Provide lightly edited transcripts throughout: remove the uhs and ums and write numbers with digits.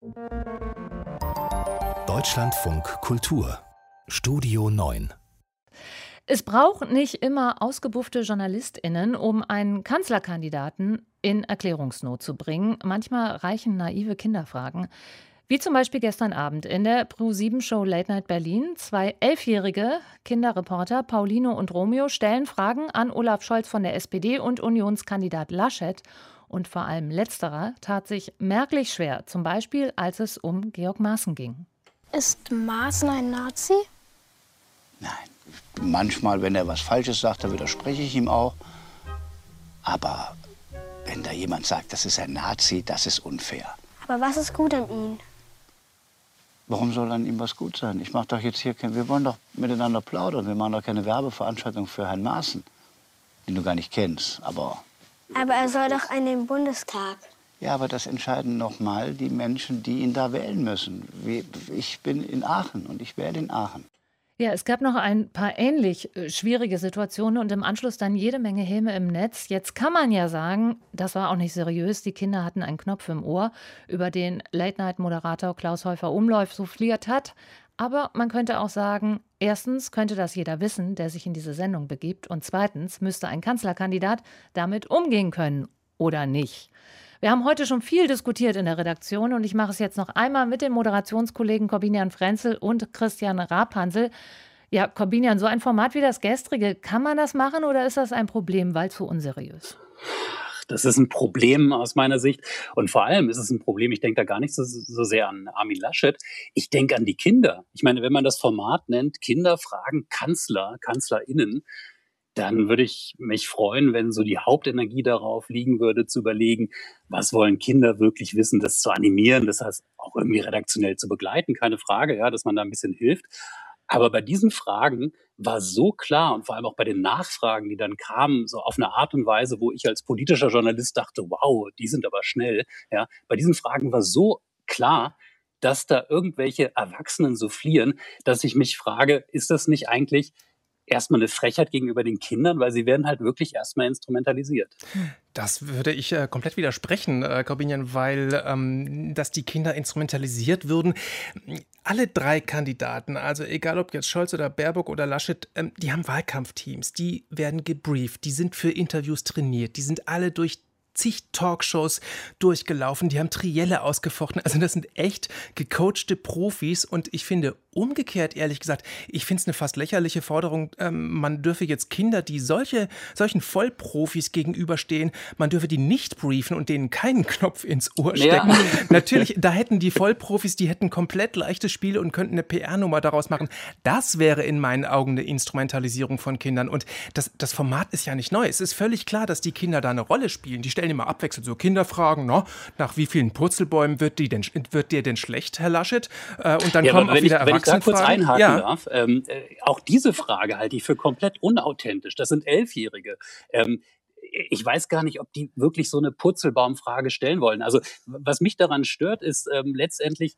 Deutschlandfunk Kultur Studio 9. Es braucht nicht immer ausgebuffte JournalistInnen, um einen Kanzlerkandidaten in Erklärungsnot zu bringen. Manchmal reichen naive Kinderfragen. Wie zum Beispiel gestern Abend in der Pro7-Show Late Night Berlin. 2 11-jährige Kinderreporter, Paulino und Romeo, stellen Fragen an Olaf Scholz von der SPD und Unionskandidat Laschet. Und vor allem letzterer tat sich merklich schwer, zum Beispiel als es um Georg Maaßen ging. Ist Maaßen ein Nazi? Nein. Manchmal, wenn er was Falsches sagt, dann widerspreche ich ihm auch. Aber wenn da jemand sagt, das ist ein Nazi, das ist unfair. Aber was ist gut an ihm? Warum soll an ihm was gut sein? Ich mache doch jetzt hier wir wollen doch miteinander plaudern. Wir machen doch keine Werbeveranstaltung für Herrn Maaßen, den du gar nicht kennst. Aber er soll doch in den Bundestag. Ja, aber das entscheiden noch mal die Menschen, die ihn da wählen müssen. Ich bin in Aachen und ich wähle in Aachen. Ja, es gab noch ein paar ähnlich schwierige Situationen und im Anschluss dann jede Menge Häme im Netz. Jetzt kann man ja sagen, das war auch nicht seriös. Die Kinder hatten einen Knopf im Ohr, über den Late-Night-Moderator Klaus Häufer-Umlauf souffliert hat. Aber man könnte auch sagen, erstens könnte das jeder wissen, der sich in diese Sendung begibt. Und zweitens müsste ein Kanzlerkandidat damit umgehen können oder nicht. Wir haben heute schon viel diskutiert in der Redaktion und ich mache es jetzt noch einmal mit den Moderationskollegen Corbinian Frenzel und Christian Rapansel. Ja, Corbinian, so ein Format wie das gestrige, kann man das machen oder ist das ein Problem, weil zu unseriös? Das ist ein Problem aus meiner Sicht. Und vor allem ist es ein Problem, ich denke da gar nicht so sehr an Armin Laschet. Ich denke an die Kinder. Ich meine, wenn man das Format nennt, Kinder fragen Kanzler, KanzlerInnen, dann würde ich mich freuen, wenn so die Hauptenergie darauf liegen würde, zu überlegen, was wollen Kinder wirklich wissen, das zu animieren, das heißt auch irgendwie redaktionell zu begleiten, keine Frage, ja, dass man da ein bisschen hilft. Aber bei diesen Fragen war so klar und vor allem auch bei den Nachfragen, die dann kamen, so auf eine Art und Weise, wo ich als politischer Journalist dachte, wow, die sind aber schnell. Ja, bei diesen Fragen war so klar, dass da irgendwelche Erwachsenen soufflieren, dass ich mich frage, ist das nicht eigentlich erstmal eine Frechheit gegenüber den Kindern, weil sie werden halt wirklich erstmal instrumentalisiert. Das würde ich komplett widersprechen, Corbinian, weil dass die Kinder instrumentalisiert würden. Alle 3 Kandidaten, also egal ob jetzt Scholz oder Baerbock oder Laschet, die haben Wahlkampfteams, die werden gebrieft, die sind für Interviews trainiert, die sind alle durch zig Talkshows durchgelaufen, die haben Trielle ausgefochten. Also das sind echt gecoachte Profis und ich finde umgekehrt, ehrlich gesagt, ich finde es eine fast lächerliche Forderung, man dürfe jetzt Kinder, die solchen Vollprofis gegenüberstehen, man dürfe die nicht briefen und denen keinen Knopf ins Ohr stecken. Ja. Natürlich, da hätten die Vollprofis, die hätten komplett leichtes Spiel und könnten eine PR-Nummer daraus machen. Das wäre in meinen Augen eine Instrumentalisierung von Kindern und das Format ist ja nicht neu. Es ist völlig klar, dass die Kinder da eine Rolle spielen. Die stellen immer abwechselnd so Kinderfragen, no? Nach wie vielen Purzelbäumen wird dir denn schlecht, Herr Laschet? Und dann kommen auch wieder Erwachsenenfragen. Wenn ich da kurz einhaken darf, auch diese Frage halte ich für komplett unauthentisch. Das sind 11-Jährige. Ich weiß gar nicht, ob die wirklich so eine Purzelbaumfrage stellen wollen. Also was mich daran stört, ist letztendlich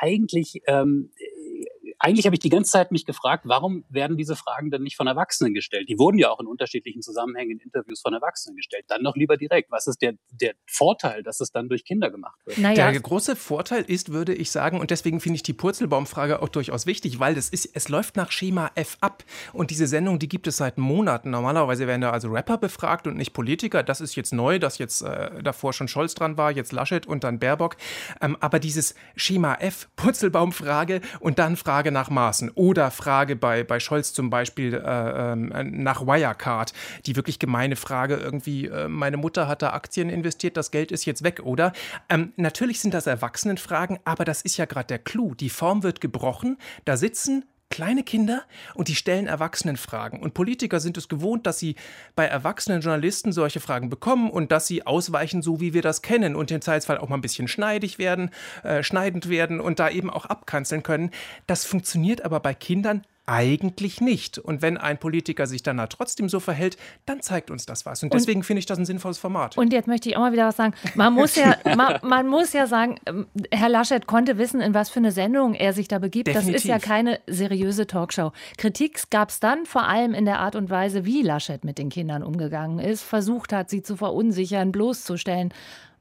eigentlich habe ich die ganze Zeit mich gefragt, warum werden diese Fragen dann nicht von Erwachsenen gestellt? Die wurden ja auch in unterschiedlichen Zusammenhängen in Interviews von Erwachsenen gestellt. Dann doch lieber direkt. Was ist der Vorteil, dass es dann durch Kinder gemacht wird? Naja. Der große Vorteil ist, würde ich sagen, und deswegen finde ich die Purzelbaumfrage auch durchaus wichtig, weil es läuft nach Schema F ab. Und diese Sendung, die gibt es seit Monaten. Normalerweise werden da also Rapper befragt und nicht Politiker. Das ist jetzt neu, dass jetzt davor schon Scholz dran war, jetzt Laschet und dann Baerbock. Aber dieses Schema F, Purzelbaumfrage und dann Frage nach Maaßen oder Frage bei Scholz zum Beispiel nach Wirecard, die wirklich gemeine Frage irgendwie, meine Mutter hat da Aktien investiert, das Geld ist jetzt weg, oder? Natürlich sind das Erwachsenenfragen, aber das ist ja gerade der Clou. Die Form wird gebrochen, da sitzen kleine Kinder und die stellen Erwachsenenfragen. Und Politiker sind es gewohnt, dass sie bei erwachsenen Journalisten solche Fragen bekommen und dass sie ausweichen, so wie wir das kennen und im Zweifelsfall auch mal ein bisschen schneidend werden und da eben auch abkanzeln können. Das funktioniert aber bei Kindern eigentlich nicht. Und wenn ein Politiker sich dann trotzdem so verhält, dann zeigt uns das was. Und deswegen finde ich das ein sinnvolles Format. Und jetzt möchte ich auch mal wieder was sagen. Man muss ja sagen, Herr Laschet konnte wissen, in was für eine Sendung er sich da begibt. Definitiv. Das ist ja keine seriöse Talkshow. Kritik gab es dann vor allem in der Art und Weise, wie Laschet mit den Kindern umgegangen ist, versucht hat, sie zu verunsichern, bloßzustellen.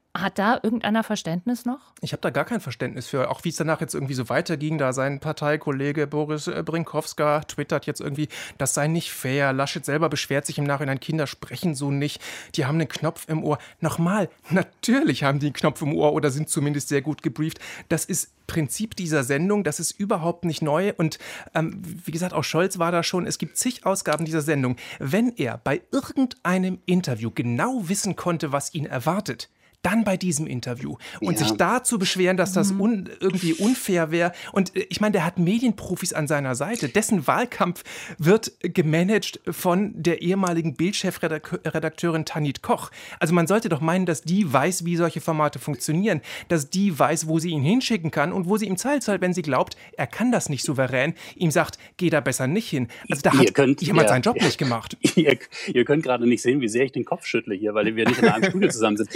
Hat da irgendeiner Verständnis noch? Ich habe da gar kein Verständnis für, auch wie es danach jetzt irgendwie so weiterging. Da sein Parteikollege Boris Brinkowska twittert jetzt irgendwie, das sei nicht fair. Laschet selber beschwert sich im Nachhinein, Kinder sprechen so nicht. Die haben einen Knopf im Ohr. Nochmal, natürlich haben die einen Knopf im Ohr oder sind zumindest sehr gut gebrieft. Das ist Prinzip dieser Sendung, das ist überhaupt nicht neu. Und wie gesagt, auch Scholz war da schon. Es gibt zig Ausgaben dieser Sendung. Wenn er bei irgendeinem Interview genau wissen konnte, was ihn erwartet, dann bei diesem Interview. Und sich da zu beschweren, dass das irgendwie unfair wäre. Und ich meine, der hat Medienprofis an seiner Seite. Dessen Wahlkampf wird gemanagt von der ehemaligen Bild-Chefredakteurin Tanit Koch. Also man sollte doch meinen, dass die weiß, wie solche Formate funktionieren. Dass die weiß, wo sie ihn hinschicken kann und wo sie im Zweifelsfall, wenn sie glaubt, er kann das nicht souverän, ihm sagt, geh da besser nicht hin. Also da hat jemand seinen Job nicht gemacht. Ihr könnt gerade nicht sehen, wie sehr ich den Kopf schüttle hier, weil wir nicht in einem Studio zusammen sitzen.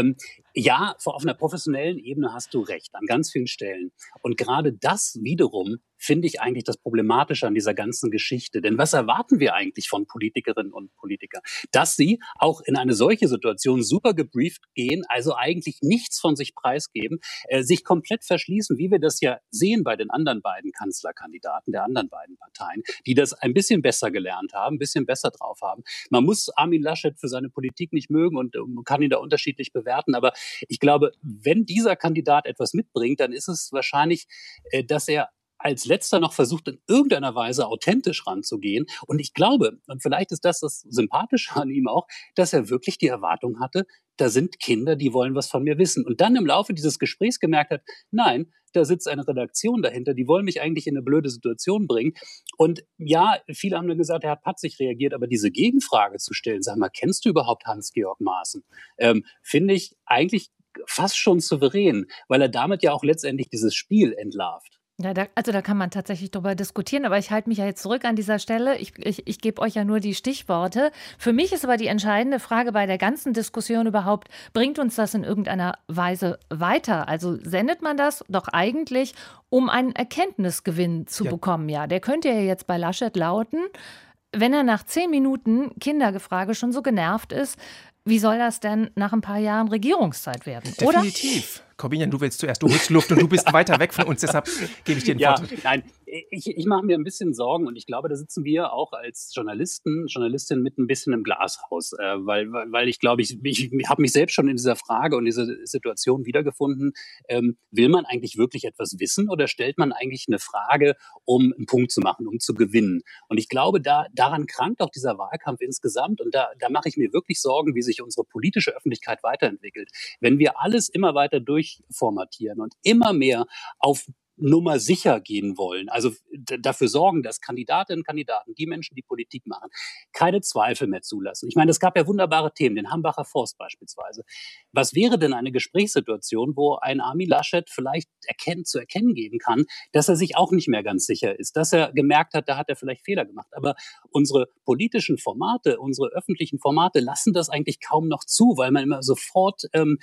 Ja, auf einer professionellen Ebene hast du recht, an ganz vielen Stellen. Und gerade das wiederum finde ich eigentlich das Problematische an dieser ganzen Geschichte. Denn was erwarten wir eigentlich von Politikerinnen und Politikern? Dass sie auch in eine solche Situation super gebrieft gehen, also eigentlich nichts von sich preisgeben, sich komplett verschließen, wie wir das ja sehen bei den anderen beiden Kanzlerkandidaten der anderen beiden Parteien, die das ein bisschen besser gelernt haben, ein bisschen besser drauf haben. Man muss Armin Laschet für seine Politik nicht mögen und kann ihn da unterschiedlich bewerten, aber ich glaube, wenn dieser Kandidat etwas mitbringt, dann ist es wahrscheinlich, dass er als letzter noch versucht, in irgendeiner Weise authentisch ranzugehen. Und ich glaube, und vielleicht ist das Sympathische an ihm auch, dass er wirklich die Erwartung hatte, da sind Kinder, die wollen was von mir wissen. Und dann im Laufe dieses Gesprächs gemerkt hat, nein, da sitzt eine Redaktion dahinter, die wollen mich eigentlich in eine blöde Situation bringen. Und ja, viele haben dann gesagt, er hat patzig reagiert, aber diese Gegenfrage zu stellen, sag mal, kennst du überhaupt Hans-Georg Maaßen? Finde ich eigentlich fast schon souverän, weil er damit ja auch letztendlich dieses Spiel entlarvt. Ja, da kann man tatsächlich drüber diskutieren, aber ich halte mich ja jetzt zurück an dieser Stelle. Ich gebe euch ja nur die Stichworte. Für mich ist aber die entscheidende Frage bei der ganzen Diskussion überhaupt, bringt uns das in irgendeiner Weise weiter? Also sendet man das doch eigentlich, um einen Erkenntnisgewinn zu bekommen? Ja, der könnte ja jetzt bei Laschet lauten, wenn er nach 10 Minuten Kindergefrage schon so genervt ist, wie soll das denn nach ein paar Jahren Regierungszeit werden, oder? Definitiv. Corbinian, du willst zuerst, du holst Luft und du bist weiter weg von uns, deshalb gebe ich dir den Vortritt. Nein, ich mache mir ein bisschen Sorgen und ich glaube, da sitzen wir auch als Journalistinnen mit ein bisschen im Glashaus, weil ich glaube, ich habe mich selbst schon in dieser Frage und dieser Situation wiedergefunden. Will man eigentlich wirklich etwas wissen oder stellt man eigentlich eine Frage, um einen Punkt zu machen, um zu gewinnen? Und ich glaube, daran krankt auch dieser Wahlkampf insgesamt und da mache ich mir wirklich Sorgen, wie sich unsere politische Öffentlichkeit weiterentwickelt. Wenn wir alles immer weiter durchformatieren und immer mehr auf Nummer sicher gehen wollen, also dafür sorgen, dass Kandidatinnen und Kandidaten, die Menschen, die Politik machen, keine Zweifel mehr zulassen. Ich meine, es gab ja wunderbare Themen, den Hambacher Forst beispielsweise. Was wäre denn eine Gesprächssituation, wo ein Armin Laschet vielleicht zu erkennen geben kann, dass er sich auch nicht mehr ganz sicher ist, dass er gemerkt hat, da hat er vielleicht Fehler gemacht. Aber unsere politischen Formate, unsere öffentlichen Formate lassen das eigentlich kaum noch zu, weil man immer sofort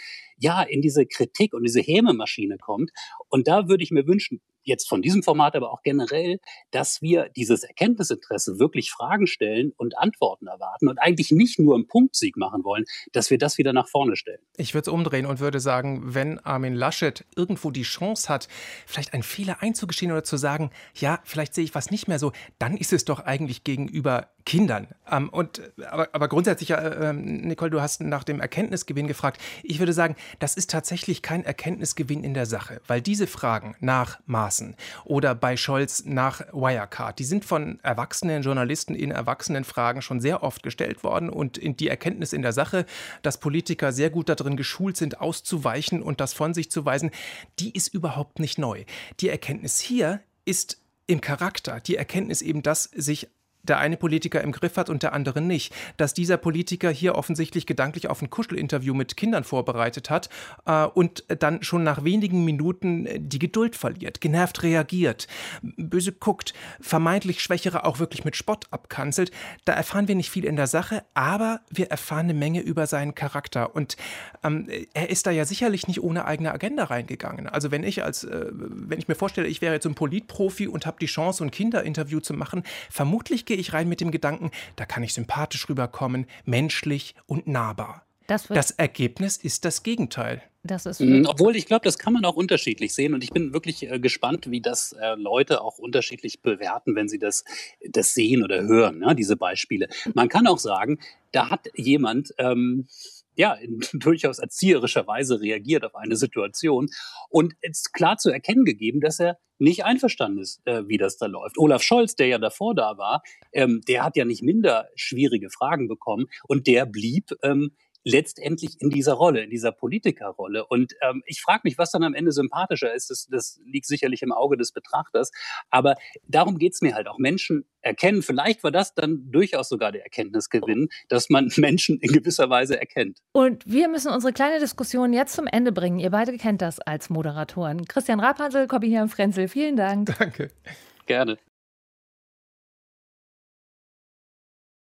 in diese Kritik und diese Hämemaschine kommt. Und da würde ich mir wünschen, jetzt von diesem Format, aber auch generell, dass wir dieses Erkenntnisinteresse wirklich Fragen stellen und Antworten erwarten und eigentlich nicht nur einen Punktsieg machen wollen, dass wir das wieder nach vorne stellen. Ich würde es umdrehen und würde sagen, wenn Armin Laschet irgendwo die Chance hat, vielleicht einen Fehler einzugestehen oder zu sagen, ja, vielleicht sehe ich was nicht mehr so, dann ist es doch eigentlich gegenüber Kindern. Aber grundsätzlich, Nicole, du hast nach dem Erkenntnisgewinn gefragt. Ich würde sagen, das ist tatsächlich kein Erkenntnisgewinn in der Sache, weil diese Fragen nach Maaßen oder bei Scholz nach Wirecard, die sind von erwachsenen Journalisten in erwachsenen Fragen schon sehr oft gestellt worden und die Erkenntnis in der Sache, dass Politiker sehr gut darin geschult sind, auszuweichen und das von sich zu weisen, die ist überhaupt nicht neu. Die Erkenntnis hier ist im Charakter, die Erkenntnis eben, dass sich der eine Politiker im Griff hat und der andere nicht. Dass dieser Politiker hier offensichtlich gedanklich auf ein Kuschelinterview mit Kindern vorbereitet hat und dann schon nach wenigen Minuten die Geduld verliert, genervt reagiert, böse guckt, vermeintlich Schwächere auch wirklich mit Spott abkanzelt. Da erfahren wir nicht viel in der Sache, aber wir erfahren eine Menge über seinen Charakter. Und er ist da ja sicherlich nicht ohne eigene Agenda reingegangen. Also wenn ich mir vorstelle, ich wäre jetzt ein Politprofi und habe die Chance, so ein Kinderinterview zu machen, vermutlich gehe ich rein mit dem Gedanken, da kann ich sympathisch rüberkommen, menschlich und nahbar. Das Ergebnis ist das Gegenteil. Das ist Obwohl ich glaube, das kann man auch unterschiedlich sehen und ich bin wirklich gespannt, wie das Leute auch unterschiedlich bewerten, wenn sie das sehen oder hören, ne, diese Beispiele. Man kann auch sagen, da hat jemand in durchaus erzieherischer Weise reagiert auf eine Situation und ist klar zu erkennen gegeben, dass er nicht einverstanden ist, wie das da läuft. Olaf Scholz, der ja davor da war, der hat ja nicht minder schwierige Fragen bekommen und der blieb letztendlich in dieser Rolle, in dieser Politikerrolle. Und ich frage mich, was dann am Ende sympathischer ist. Das liegt sicherlich im Auge des Betrachters. Aber darum geht's mir halt auch. Menschen erkennen, vielleicht war das dann durchaus sogar der Erkenntnisgewinn, dass man Menschen in gewisser Weise erkennt. Und wir müssen unsere kleine Diskussion jetzt zum Ende bringen. Ihr beide kennt das als Moderatoren. Christian Rapansel, Corbinian Frenzel, vielen Dank. Danke. Gerne.